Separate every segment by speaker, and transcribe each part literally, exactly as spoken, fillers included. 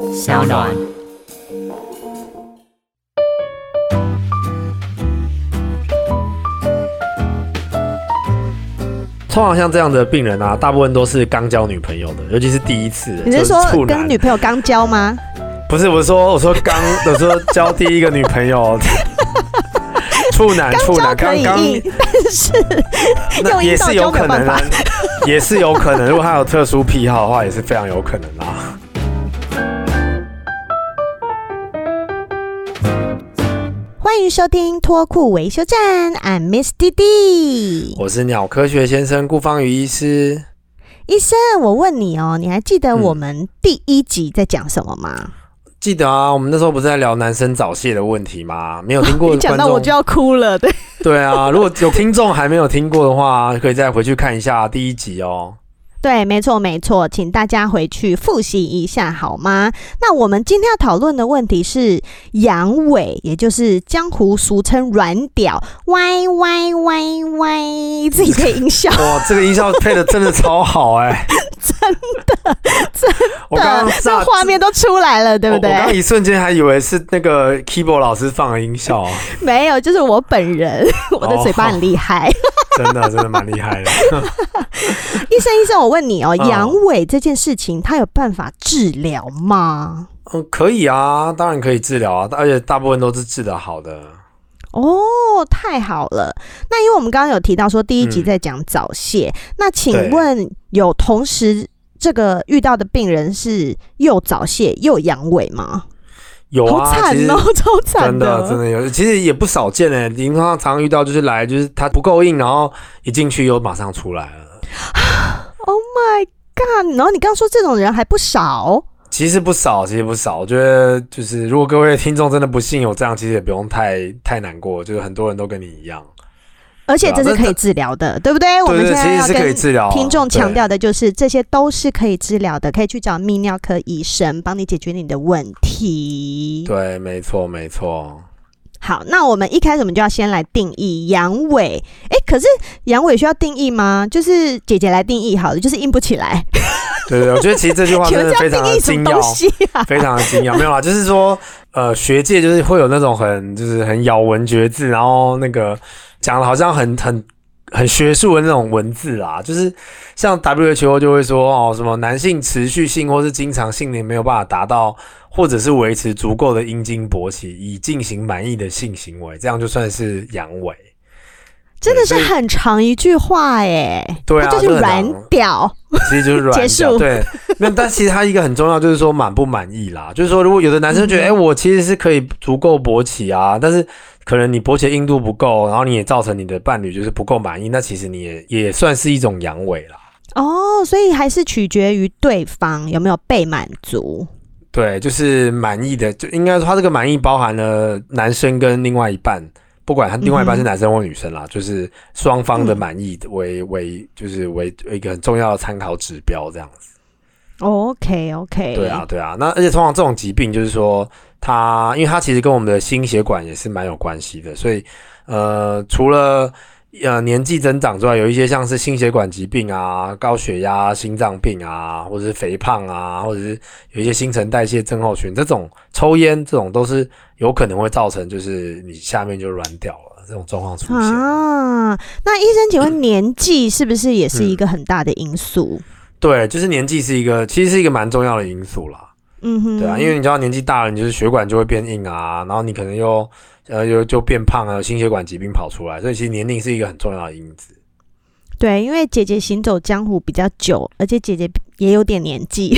Speaker 1: 小暖。
Speaker 2: 通常像这样的病人啊，大部分都是刚交女朋友的，尤其是第一次。
Speaker 3: 你是说跟女朋友刚交吗？
Speaker 2: 不是，我说我说刚，我说交第一个女朋友。处男，处男，刚刚，
Speaker 3: 但是
Speaker 2: 那也是有可能啊，也是有可能。如果他有特殊癖好的话，也是非常有可能啊。
Speaker 3: 欢迎收听脱裤维修站 ，I'm Miss 弟弟，
Speaker 2: 我是鸟科学先生顾芳瑜医师。
Speaker 3: 医生，我问你哦，你还记得我们第一集在讲什么吗？嗯
Speaker 2: 记得啊，我们那时候不是在聊男生早泄的问题吗？没有听过的观众，
Speaker 3: 你讲到我就要哭了。对
Speaker 2: 对啊，如果有听众还没有听过的话，可以再回去看一下第一集哦。
Speaker 3: 对，没错没错，请大家回去复习一下好吗？那我们今天要讨论的问题是阳痿，也就是江湖俗称软屌，歪歪歪歪，自己配音效。
Speaker 2: 哇，这个音效配的真的超好哎、欸，
Speaker 3: 真的真的，
Speaker 2: 我刚刚
Speaker 3: 这画面都出来了，对不对？
Speaker 2: 我刚一瞬间还以为是那个 keyboard 老师放的音效、啊，
Speaker 3: 没有，就是我本人，我的嘴巴很厉害。哦
Speaker 2: 真的真的蛮厉害的。
Speaker 3: 医生医生，我问你哦，阳痿这件事情，它有办法治疗吗？
Speaker 2: 嗯，可以啊，当然可以治疗啊，而且大部分都是治得好的。
Speaker 3: 哦，太好了。那因为我们刚刚有提到说第一集在讲早泄、嗯，那请问有同时这个遇到的病人是又早泄又阳痿吗？
Speaker 2: 有啊，
Speaker 3: 好惨哦，超惨的，
Speaker 2: 真的真的有，其实也不少见诶。临床上常遇到就是来，就是他不够硬，然后一进去又马上出来了。
Speaker 3: Oh my god！ 然后你刚刚说这种人还不少，
Speaker 2: 其实不少，其实不少。我觉得就是如果各位听众真的不幸有这样，其实也不用太太难过，就是很多人都跟你一样。
Speaker 3: 而且这是可以治疗的， 对, 对不对？我们现在要跟听众强调的就是，这些都是可以治疗的，可以去找泌尿科医生帮你解决你的问题。
Speaker 2: 对，没错，没错。
Speaker 3: 好，那我们一开始我们就要先来定义阳痿。哎，可是阳痿需要定义吗？就是姐姐来定义好了，就是硬不起来。
Speaker 2: 对对，我觉得其实这句话真的非常的精要，
Speaker 3: 啊、
Speaker 2: 非常的精要。没有啦，就是说，呃，学界就是会有那种很就是很咬文嚼字，然后那个讲的好像很很很学术的那种文字啦。就是像 W H O 就会说哦，什么男性持续性或是经常性能没有办法达到，或者是维持足够的阴茎勃起，以进行满意的性行为，这样就算是阳痿。
Speaker 3: 真的是很长一句话哎，
Speaker 2: 对啊，
Speaker 3: 它就是软屌，
Speaker 2: 其实就是软屌。结束。对，那但其实它一个很重要就是说满不满意啦，就是说如果有的男生觉得，哎、嗯欸，我其实是可以足够勃起啊，但是可能你勃起的硬度不够，然后你也造成你的伴侣就是不够满意，那其实你也也算是一种阳痿啦。
Speaker 3: 哦，所以还是取决于对方有没有被满足。
Speaker 2: 对，就是满意的，就应该说他这个满意包含了男生跟另外一半。不管他另外一半是男生或女生啦，嗯、就是双方的滿意为、嗯、为就是为一个很重要的参考指標這樣子。
Speaker 3: OK OK。
Speaker 2: 對啊對啊，那而且通常這種疾病就是說它，因為它其實跟我們的心血管也是蠻有關係的，所以呃除了呃年紀增長之外，有一些像是心血管疾病啊、高血壓、心臟病啊，或者是肥胖啊，或者是有一些新陳代謝症候群，這種抽菸這種都是有可能會造成就是你下面就軟掉了這種狀況出現
Speaker 3: 啊。那醫生請問年紀是不是也是一個很大的因素？
Speaker 2: 嗯、對，就是年紀是一個其實是一個蠻重要的因素啦。嗯哼，對啊，因為你知道年紀大了，你就是血管就會變硬啊，然後你可能又呃又就變胖啊，心血管疾病跑出來，所以其實年齡是一個很重要的因子。
Speaker 3: 對，因為姐姐行走江湖比較久，而且姐姐也有點年紀。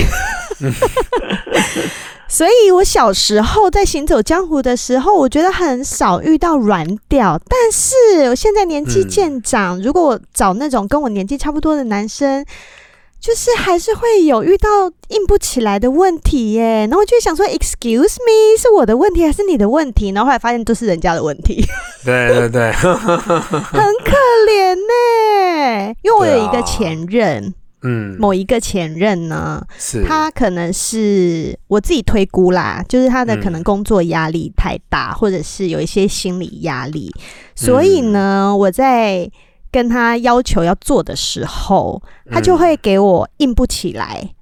Speaker 3: 所以我小時候在行走江湖的時候，我覺得很少遇到軟屌，但是我現在年紀漸長、嗯、如果我找那種跟我年紀差不多的男生，就是還是會有遇到硬不起來的問題耶，然後我就想說 excuse me 是我的問題還是你的問題，然後後來發現都是人家的問題。
Speaker 2: 對對對
Speaker 3: 很可憐耶，因為我有一個前任、嗯，某一個前任呢，是他可能是我自己推估啦，就是他的可能工作壓力太大、嗯、或者是有一些心理壓力，所以呢、嗯、我在跟他要求要做的时候，他就会给我硬不起来、嗯、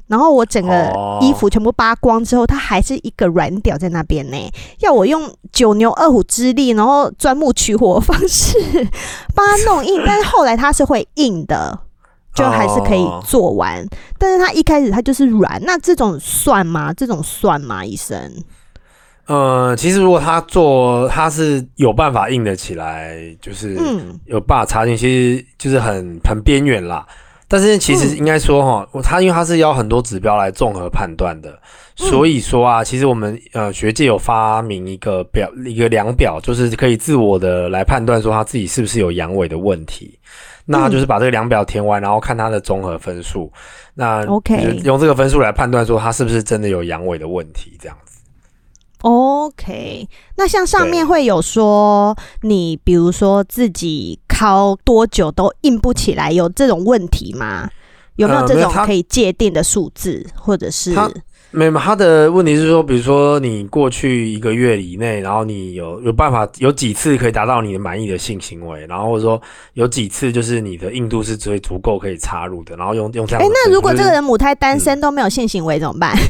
Speaker 3: 然后我整个衣服全部扒光之后，它还是一个软屌在那边呢。要我用九牛二虎之力，然后钻木取火的方式把它弄硬，但是后来它是会硬的，就还是可以做完。但是它一开始它就是软，那这种算吗？这种算吗，医生？
Speaker 2: 呃，其实如果他做，他是有办法硬得起来，就是有办法插进去，其实就是很很边缘啦。但是其实应该说哈，他因为他是要很多指标来综合判断的，所以说啊，其实我们呃学界有发明一个表一个量表，就是可以自我的来判断说他自己是不是有阳痿的问题。那就是把这个量表填完，然后看他的综合分数，那用这个分数来判断说他是不是真的有阳痿的问题，这样子。
Speaker 3: OK， 那像上面会有说你比如说自己敲多久都硬不起来，有这种问题吗？有没有这种可以界定的数字，呃、或者是？
Speaker 2: 没有，他的问题是说，比如说你过去一个月以内，然后你有有办法有几次可以达到你的满意的性行为，然后或者说有几次就是你的硬度是足足够可以插入的，然后用用这样的。哎、欸，
Speaker 3: 那如果这个人母胎单身都没有性行为、嗯、怎么办？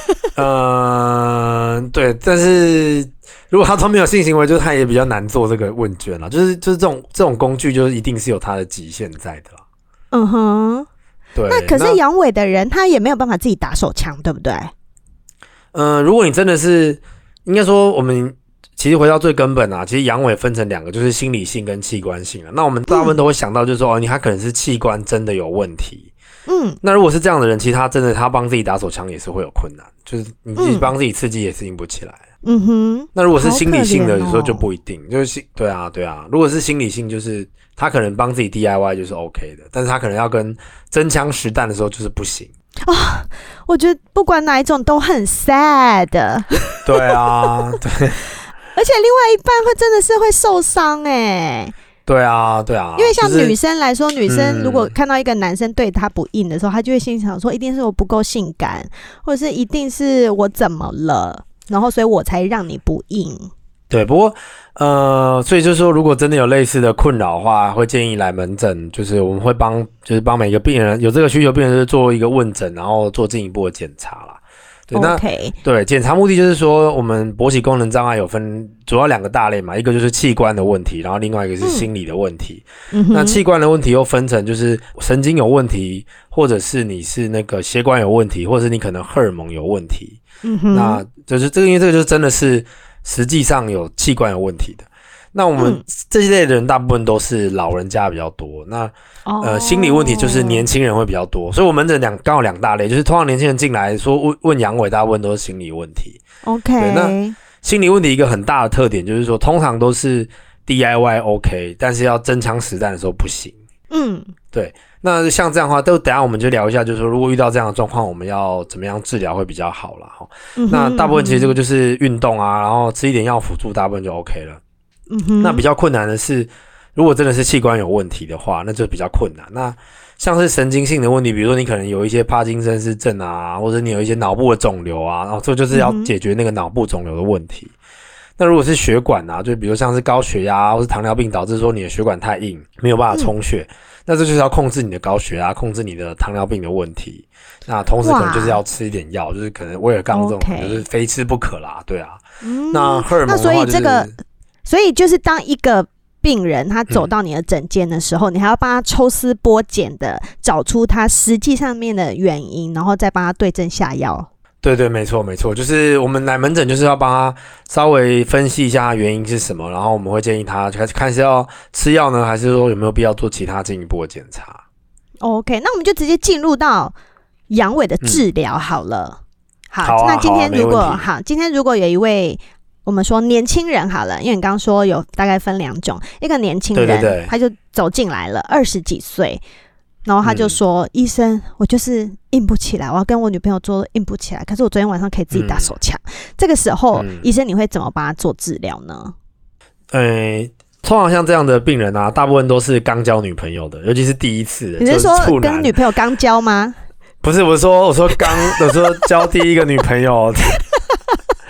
Speaker 2: 呃，对，但是如果他都没有性行为，就是他也比较难做这个问卷啦。就是就是这种这种工具，就是一定是有它的极限在的啦。
Speaker 3: 嗯哼。
Speaker 2: 对，
Speaker 3: 那可是阳痿的人，他也没有办法自己打手枪，对不对？
Speaker 2: 嗯、呃，如果你真的是，应该说我们其实回到最根本啊，其实阳痿分成两个，就是心理性跟器官性啊。那我们大部分都会想到，就是说、嗯、哦，你他可能是器官真的有问题。嗯，那如果是这样的人，其实他真的他帮自己打手枪也是会有困难，就是你自己帮自己刺激也是硬不起来。嗯哼。那如果是心理性的，有时候就不一定，就是对啊对啊，如果是心理性，就是他可能帮自己 D I Y 就是 OK 的，但是他可能要跟真枪实弹的时候就是不行。
Speaker 3: 哦，我觉得不管哪一种都很 sad。
Speaker 2: 对啊，对。
Speaker 3: 而且另外一半会真的是会受伤哎。
Speaker 2: 对啊，对啊。
Speaker 3: 因为像女生来说，就是、女生如果看到一个男生对她不硬的时候，她就会心想说，一定是我不够性感，或者是一定是我怎么了，然后所以我才让你不硬。
Speaker 2: 对，不过呃，所以就是说，如果真的有类似的困扰的话，会建议来门诊，就是我们会帮，就是帮每个病人有这个需求病人就是做一个问诊，然后做进一步的检查啦。对，那
Speaker 3: okay.
Speaker 2: 对检查目的就是说，我们勃起功能障碍有分主要两个大类嘛，一个就是器官的问题，然后另外一个是心理的问题。嗯、那器官的问题又分成就是神经有问题，或者是你是那个血管有问题，或者是你可能荷尔蒙有问题。嗯哼，那就是这个，因为这个就真的是实际上有器官有问题的。那我们这些类的人大部分都是老人家比较多，那呃心理问题就是年轻人会比较多，所以我们这两刚好两大类，就是通常年轻人进来说问问阳痿，大部分都是心理问题。OK， 对，那心理问题一个很大的特点就是说，通常都是 D I Y OK， 但是要真枪实弹的时候不行。嗯，对。那像这样的话，都等一下我们就聊一下，就是说如果遇到这样的状况，我们要怎么样治疗会比较好啦。嗯、那大部分其实这个就是运动啊，然后吃一点药辅助，大部分就 OK 了。嗯哼，那比较困难的是，如果真的是器官有问题的话，那就比较困难。那像是神经性的问题，比如说你可能有一些帕金森氏症啊，或者你有一些脑部的肿瘤啊，然后这就是要解决那个脑部肿瘤的问题。嗯、那如果是血管啊，就比如像是高血压或是糖尿病导致说你的血管太硬，没有办法充血，嗯、那这就是要控制你的高血压，控制你的糖尿病的问题。那同时可能就是要吃一点药，就是可能威尔刚这种就是非吃不可啦，对啊。嗯、那荷尔蒙的话、就是，那所以这个。
Speaker 3: 所以就是当一个病人他走到你的诊间的时候、嗯、你还要帮他抽丝剥茧的找出他实际上面的原因，然后再帮他对症下药。
Speaker 2: 对对，没错没错，就是我们来门诊就是要帮他稍微分析一下原因是什么，然后我们会建议他看是要吃药呢，还是说有没有必要做其他进一步的检查。
Speaker 3: OK， 那我们就直接进入到阳痿的治疗好了。嗯、好, 好、啊、那今天如果 好, 好今天如果有一位我们说年轻人好了，因为你刚刚说有大概分两种，一个年轻人对对对他就走进来了，二十几岁，然后他就说、嗯、医生我就是硬不起来，我要跟我女朋友做硬不起来，可是我昨天晚上可以自己打手枪、嗯、这个时候、嗯、医生你会怎么帮他做治疗呢？
Speaker 2: 呃通常像这样的病人啊，大部分都是刚交女朋友的，尤其是第一次的。
Speaker 3: 你是说跟女朋友刚交吗？
Speaker 2: 不是，我说我说刚我说交第一个女朋友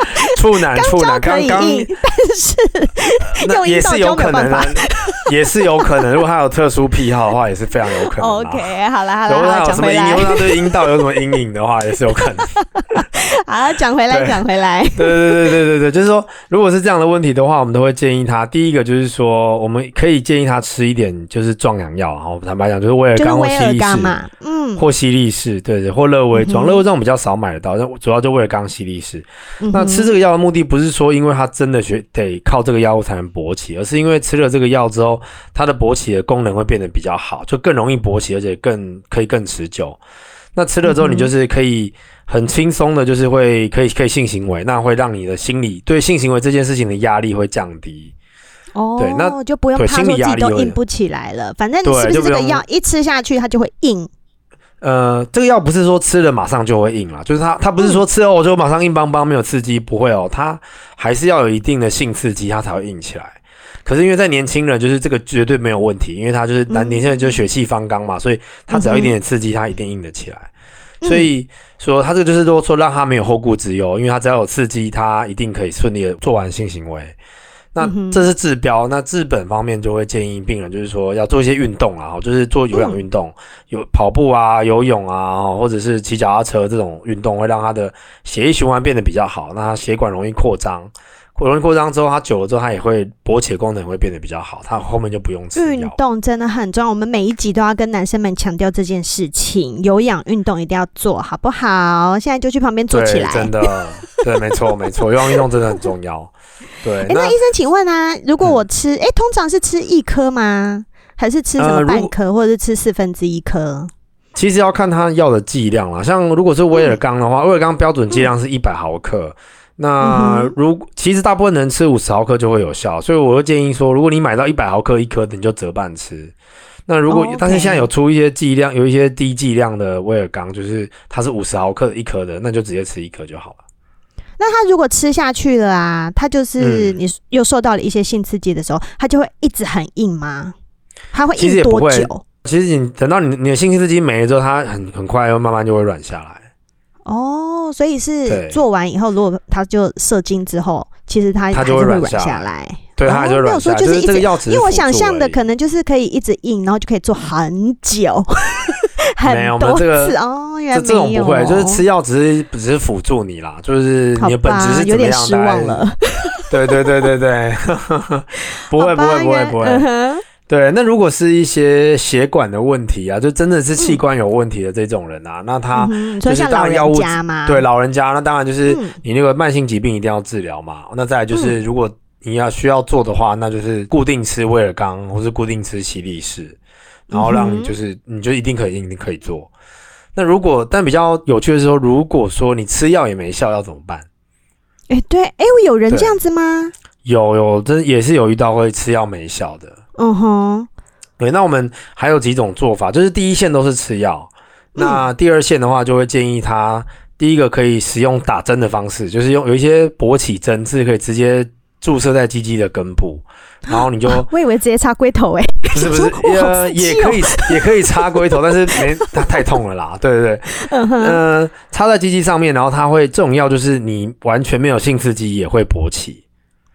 Speaker 2: 处男处男
Speaker 3: 可以硬，但是用
Speaker 2: 也是有可能
Speaker 3: 啊，
Speaker 2: 也是有可能。如果他有特殊癖好的话，也是非常有可能。
Speaker 3: OK， 好了好了，
Speaker 2: 如果他有什么阴影，如果他对阴道有什么阴影的话，也是有可能。
Speaker 3: 好，讲回来讲回来，
Speaker 2: 对对对对对对，就是说，如果是这样的问题的话，我们都会建议他，第一个就是说，我们可以建议他吃一点就是壮阳药，然后坦白讲，就是威尔刚或西力士
Speaker 3: 嘛，嗯，
Speaker 2: 或西力士，对对，或乐威壮，乐威壮比较少买得到，但主要就威尔刚、西力士。嗯、那吃这个药的目的不是说，因为他真的学得靠这个药物才能勃起，而是因为吃了这个药之后，它的勃起的功能会变得比较好，就更容易勃起，而且更可以更持久。那吃了之后，你就是可以很轻松的，就是会可以可以性行为，那会让你的心理对性行为这件事情的压力会降低。
Speaker 3: 哦，对，那就不用怕说自己都硬不起来了，反正你是不是这个药一吃下去，它就会硬？
Speaker 2: 呃，这个药不是说吃了马上就会硬啦，就是它它不是说吃了我就马上硬邦邦没有刺激，不会哦，它还是要有一定的性刺激，它才会硬起来。可是因为在年轻人，就是这个绝对没有问题，因为他就是年轻人就是血气方刚嘛，所以他只要一点点刺激，他一定硬得起来。所以说他这个就是说让他没有后顾之忧，因为他只要有刺激，他一定可以顺利的做完性行为。那这是治标，那治本方面就会建议病人就是说要做一些运动啊，就是做有氧运动，有跑步啊、游泳啊，或者是骑脚踏车这种运动，会让他的血液循环变得比较好，那他血管容易扩张。容易扩张之后，它久了之后，它也会勃起功能会变得比较好，它后面就不用吃药。
Speaker 3: 运动真的很重要，我们每一集都要跟男生们强调这件事情，有氧运动一定要做，好不好？现在就去旁边做起来。
Speaker 2: 对，真的，对，没错，没错，有氧运动真的很重要。对，
Speaker 3: 欸、那, 那医生，请问啊，如果我吃，哎、嗯欸，通常是吃一颗吗？还是吃什么半颗、呃，或者是吃四分之一颗？
Speaker 2: 其实要看他药的剂量啦，像如果是威尔刚的话，威、嗯、尔刚标准剂量是一百毫克。那如其实大部分人吃五十毫克就会有效，所以我会建议说，如果你买到一百毫克一颗的，你就折半吃。那如果、oh, okay. 但是现在有出一些剂量，有一些低剂量的威尔刚，就是它是五十毫克一颗的，那就直接吃一颗就好了。
Speaker 3: 那他如果吃下去了啊，他就是你又受到了一些性刺激的时候，他就会一直很硬吗？他会硬多久？
Speaker 2: 其实你等到你你的性刺激没了之后，它很很快又慢慢就会软下来。
Speaker 3: 哦，所以是做完以后，如果他就射精之后，其实他
Speaker 2: 它
Speaker 3: 就会软下来。
Speaker 2: 对，它就会软下来。就是这个药，
Speaker 3: 因为我想象的可能就是可以一直硬，然后就可以做很久，很多次。
Speaker 2: 这个、
Speaker 3: 哦，原来没有。
Speaker 2: 这种不会，就是吃药只是只是辅助你啦，就是你的本质是怎么样的。
Speaker 3: 有点失望了。
Speaker 2: 对对对对对，不会不会不会不会。嗯对，那如果是一些血管的问题啊，就真的是器官有问题的这种人啊，嗯、那他就是当然药物、嗯、对老人家，那当然就是你那个慢性疾病一定要治疗嘛。嗯、那再来就是如果你要需要做的话，那就是固定吃威尔刚或是固定吃西力士，然后让你就是你就一定可以一定可以做。那如果但比较有趣的是说，如果说你吃药也没效，要怎么办？
Speaker 3: 哎、欸，对，哎、欸，有人这样子吗？
Speaker 2: 有有，真也是有遇到会吃药没效的。嗯哼，对，那我们还有几种做法，就是第一线都是吃药，那第二线的话就会建议他，第一个可以使用打针的方式，就是用有一些勃起针是可以直接注射在鸡鸡的根部，然后你就、啊、
Speaker 3: 我以为直接插龟头诶、
Speaker 2: 欸，不是不是，呃，也可以也可以插龟头，但是没它太痛了啦，对对对，嗯哼，呃，插在鸡鸡上面，然后它会这种药就是你完全没有性刺激也会勃起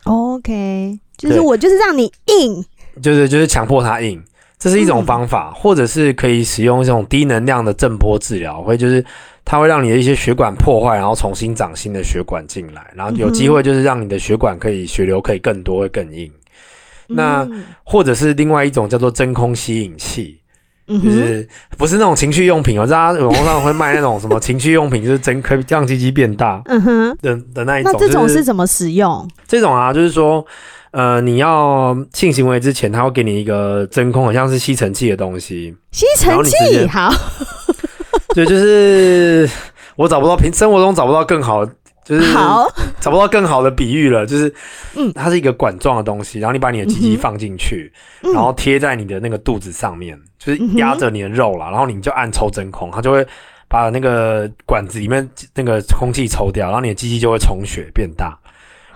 Speaker 3: ，OK， 就是我就是让你硬。
Speaker 2: 就是就是强迫它硬，这是一种方法，嗯、或者是可以使用这种低能量的震波治疗，会就是它会让你的一些血管破坏，然后重新长新的血管进来，然后有机会就是让你的血管可以血流可以更多会更硬。嗯、那或者是另外一种叫做真空吸引器。就是不是那种情趣用品哦，大家网络上会卖那种什么情趣用品，就是真可以让鸡鸡变大的、嗯、的那一种。
Speaker 3: 那这种是怎么使用？
Speaker 2: 就是、这种啊，就是说。呃，你要性行为之前，他会给你一个真空，好像是吸尘器的东西。
Speaker 3: 吸尘器，好。
Speaker 2: 对，就是我找不到平生活中找不到更好，就是好找不到更好的比喻了。就是，嗯，它是一个管状的东西，然后你把你的鸡鸡放进去，嗯、然后贴在你的那个肚子上面，就是压着你的肉啦，然后你就按抽真空，它就会把那个管子里面那个空气抽掉，然后你的鸡鸡就会充血变大。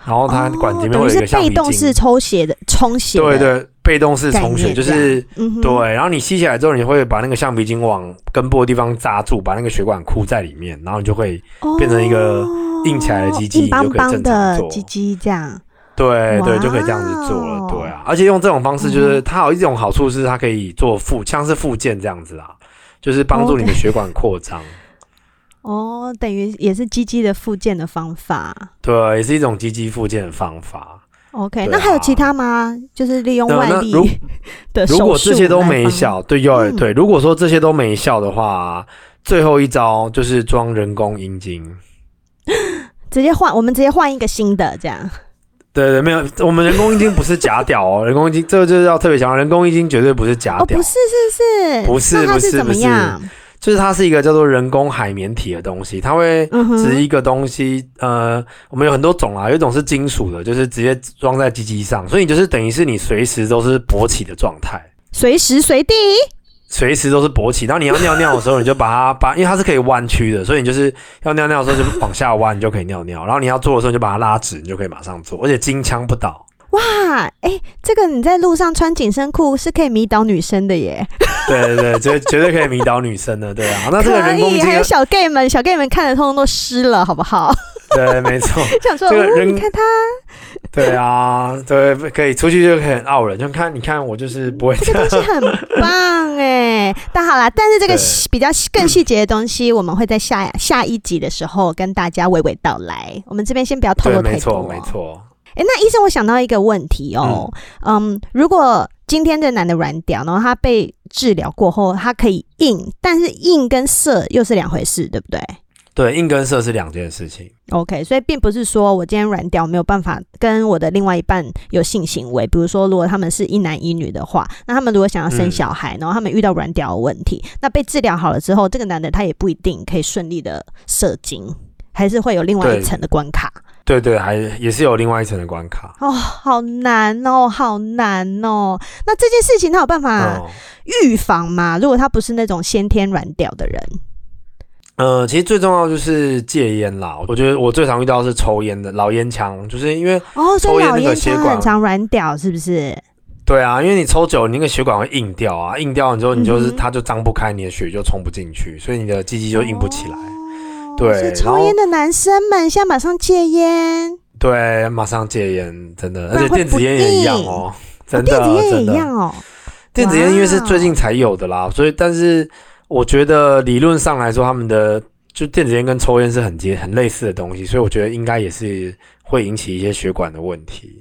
Speaker 2: 然后它管前面会有一个橡皮筋，
Speaker 3: 等于是被动式抽血的充血的，
Speaker 2: 对对，被动式充血就是、
Speaker 3: 嗯、
Speaker 2: 对，然后你吸起来之后，你会把那个橡皮筋往根部的地方扎住，把那个血管箍在里面，然后你就会变成一个硬起来的鸡鸡，
Speaker 3: 硬邦邦的
Speaker 2: 鸡
Speaker 3: 鸡这样。
Speaker 2: 对对，就可以这样子做了，对啊，而且用这种方式，就是、嗯、它有一种好处是它可以做复，像是复健这样子啊，就是帮助你的血管扩张。
Speaker 3: 哦，等于也是鸡鸡的复健的方法。
Speaker 2: 对，也是一种鸡鸡复健的方法。
Speaker 3: OK，、啊、那还有其他吗？就是利用外力的手术。
Speaker 2: 如果这些都没效，对，有、嗯、对，如果说这些都没效的话，最后一招就是装人工阴茎，
Speaker 3: 直接换，我们直接换一个新的这样。
Speaker 2: 对对，没有，我们人工阴茎不是假屌哦，人工阴茎这个就是要特别强调，人工阴茎绝对不是假屌，
Speaker 3: 哦，不是是是，
Speaker 2: 不是不是不是，就是它是一个叫做人工海绵体的东西，它会指一个东西，嗯、呃，我们有很多种啦，有一种是金属的，就是直接装在鸡鸡上，所以你就是等于是你随时都是勃起的状态，
Speaker 3: 随时随地。
Speaker 2: 随时都是勃起，然后你要尿尿的时候，你就把它把，因为它是可以弯曲的，所以你就是要尿尿的时候就往下弯，你就可以尿尿。然后你要做的时候，你就把它拉直，你就可以马上做，而且金枪不倒。
Speaker 3: 哇，哎、欸，这个你在路上穿紧身裤是可以迷倒女生的耶。
Speaker 2: 对对对，绝绝对可以迷倒女生的，对啊。那这个人工精，
Speaker 3: 还有小 gay 们，小 gay 们看的通通都湿了，好不好？
Speaker 2: 对，没错。
Speaker 3: 想说，这个人、哦、你看他。对
Speaker 2: 啊，对，可以出去就可以很傲人，就看你看我就是不会。
Speaker 3: 这个东西很棒哎，但好啦，但是这个比较更细节的东西，我们会在下下一集的时候跟大家娓娓道来。我们这边先不要透露太多。
Speaker 2: 没错，没错。
Speaker 3: 哎，那医生，我想到一个问题哦，嗯，嗯如果今天这男的软屌，然后他被治疗过后，他可以硬，但是硬跟色又是两回事，对不对？
Speaker 2: 对，硬跟色是两件事情。
Speaker 3: OK， 所以并不是说我今天软屌没有办法跟我的另外一半有性行为，比如说如果他们是一男一女的话，那他们如果想要生小孩，嗯、然后他们遇到软屌的问题，那被治疗好了之后，这个男的他也不一定可以顺利的射精，还是会有另外一层的关卡。
Speaker 2: 对对，还也是有另外一层的关卡。
Speaker 3: 哦，好难哦，好难哦。那这件事情他有办法预防吗？如果他不是那种先天软屌的人？
Speaker 2: 呃，其实最重要就是戒烟啦。我觉得我最常遇到的是抽烟的老烟枪，就是因为抽烟那个血管、
Speaker 3: 哦、很常软屌，是不是？
Speaker 2: 对啊，因为你抽久，你那个血管会硬掉啊，硬掉之后你就是、嗯、它就张不开，你的血就冲不进去，所以你的鸡鸡就硬不起来。哦、对，
Speaker 3: 所以抽烟的男生们现在马上戒烟。
Speaker 2: 对，马上戒烟，真的，而且电子烟也一样哦，真的，
Speaker 3: 哦、电子烟也一样哦。
Speaker 2: 电子烟因为是最近才有的啦，所以但是。我觉得理论上来说，他们的就电子烟跟抽烟是很接很类似的东西，所以我觉得应该也是会引起一些血管的问题。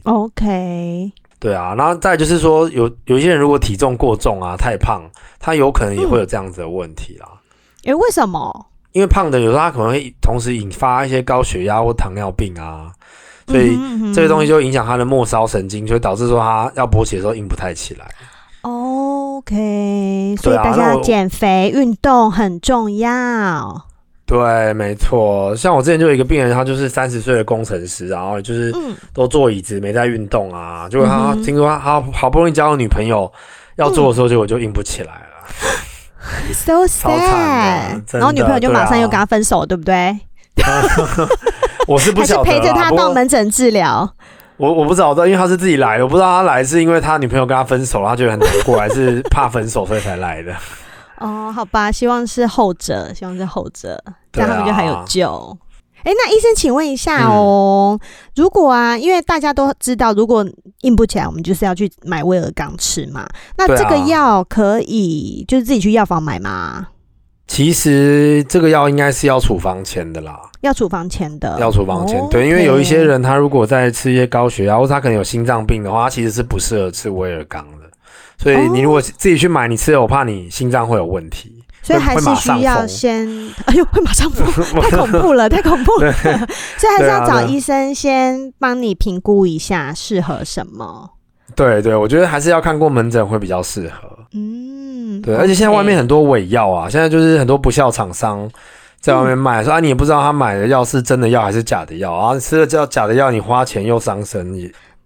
Speaker 3: OK，
Speaker 2: 对啊，然后再来就是说，有有一些人如果体重过重啊、太胖，他有可能也会有这样子的问题啦。
Speaker 3: 诶、嗯，为什么？
Speaker 2: 因为胖的有时候他可能会同时引发一些高血压或糖尿病啊，所以这些东西就影响他的末梢神经，就会导致说他要勃起的时候硬不太起来。
Speaker 3: OK， 所以大家减肥运动很重要。
Speaker 2: 对，没错。像我之前就有一个病人，他就是三十岁的工程师，然后就是都坐椅子没在运动啊。结果他听说他好不容易交了女朋友，要做的时候结果就硬不起来了。
Speaker 3: So sad。然后女朋友就马上又跟他分手，对不对？
Speaker 2: 我是不晓得，
Speaker 3: 还是陪着他到门诊治疗。
Speaker 2: 我我不知道，因为他是自己来的，我不知道他来是因为他女朋友跟他分手，他觉得很难过，还是怕分手所以才来的。
Speaker 3: 哦，好吧，希望是后者，希望是后者，这样他们就还有救。哎、啊，那医生，请问一下哦、嗯，如果啊，因为大家都知道，如果硬不起来，我们就是要去买威尔刚吃嘛。那这个药可以就是自己去药房买吗？
Speaker 2: 其实这个药应该是要处方签的啦，
Speaker 3: 要处方签的，
Speaker 2: 要处方签、哦。对，因为有一些人他如果在吃一些高血压，或者他可能有心脏病的话，他其实是不适合吃威尔刚的。所以你如果自己去买，你吃了，我怕你心脏会有问题。
Speaker 3: 所以还是需要先，哎呦，会马上疯，太恐怖了，太恐怖了。所以还是要找医生先帮你评估一下适合什么。
Speaker 2: 对对，我觉得还是要看过门诊会比较适合。嗯，对， okay. 而且现在外面很多伪药啊，现在就是很多不肖厂商在外面卖，嗯、说啊你也不知道他买的药是真的药还是假的药，然后吃了假假的药，你花钱又伤身。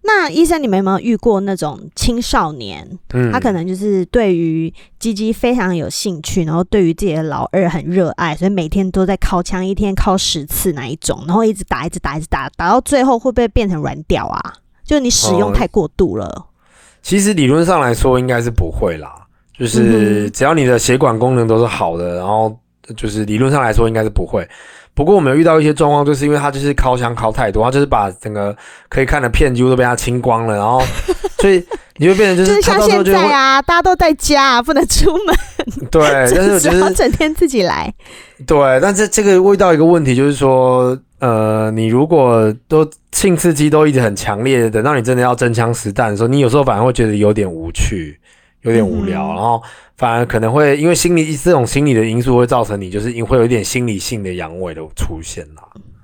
Speaker 3: 那医生，你们有没有遇过那种青少年，嗯、他可能就是对于鸡鸡非常有兴趣，然后对于自己的老二很热爱，所以每天都在敲枪，一天敲十次那一种，然后一直打，一直打，一直打，打到最后会不会变成软屌啊？就你使用太过度了。哦、
Speaker 2: 其实理论上来说应该是不会啦，就是只要你的血管功能都是好的，然后就是理论上来说应该是不会。不过我们有遇到一些状况，就是因为他就是敲枪敲太多，他就是把整个可以看的片几乎都被他清光了，然后所以你会变成就是
Speaker 3: 他到时候就像现在啊，大家都在家、啊，不能出门，
Speaker 2: 对，但是我觉得
Speaker 3: 整天自己来，
Speaker 2: 对，但是这个会遇到一个问题，就是说，呃，你如果都性刺激都一直很强烈，等到你真的要真枪实弹的时候，你有时候反而会觉得有点无趣。有点无聊，嗯、然后反而可能会因为心理这种心理的因素会造成你就是会有一点心理性的阳痿的出现啦。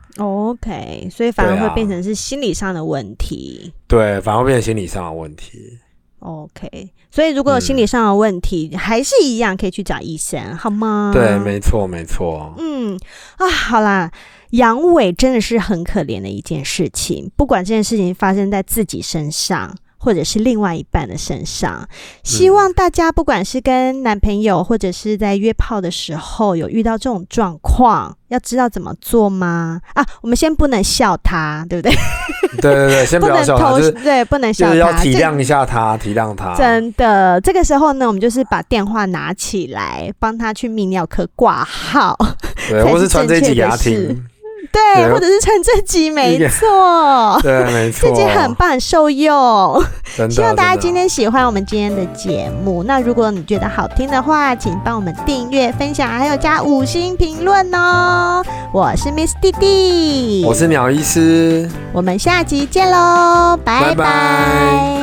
Speaker 3: OK， 所以反而会变成是心理上的问题。
Speaker 2: 对、啊，反而会变成心理上的问题。
Speaker 3: OK， 所以如果有心理上的问题，嗯、还是一样可以去找医生，好吗？
Speaker 2: 对，没错，没错。
Speaker 3: 嗯啊，好啦。阳痿真的是很可怜的一件事情，不管这件事情发生在自己身上。或者是另外一半的身上，希望大家不管是跟男朋友或者是在约炮的时候有遇到这种状况，要知道怎么做吗？啊，我们先不能笑他，对不对？
Speaker 2: 对对对，先不要笑他，就是
Speaker 3: 对，不能笑他，
Speaker 2: 就是要体谅一下他，体谅他。
Speaker 3: 真的，这个时候呢，我们就是把电话拿起来，帮他去泌尿科挂号，
Speaker 2: 对，或是传这一集给他听。
Speaker 3: 对，或者是传这集，没错，
Speaker 2: 对，没错，
Speaker 3: 这集很棒，很受用。
Speaker 2: 真的，
Speaker 3: 希望大家今天喜欢我们今天的节目。那如果你觉得好听的话，请帮我们订阅、分享，还有加五星评论哦。我是 Miss 弟弟，
Speaker 2: 我是鸟医师，
Speaker 3: 我们下集见喽，拜拜。拜拜。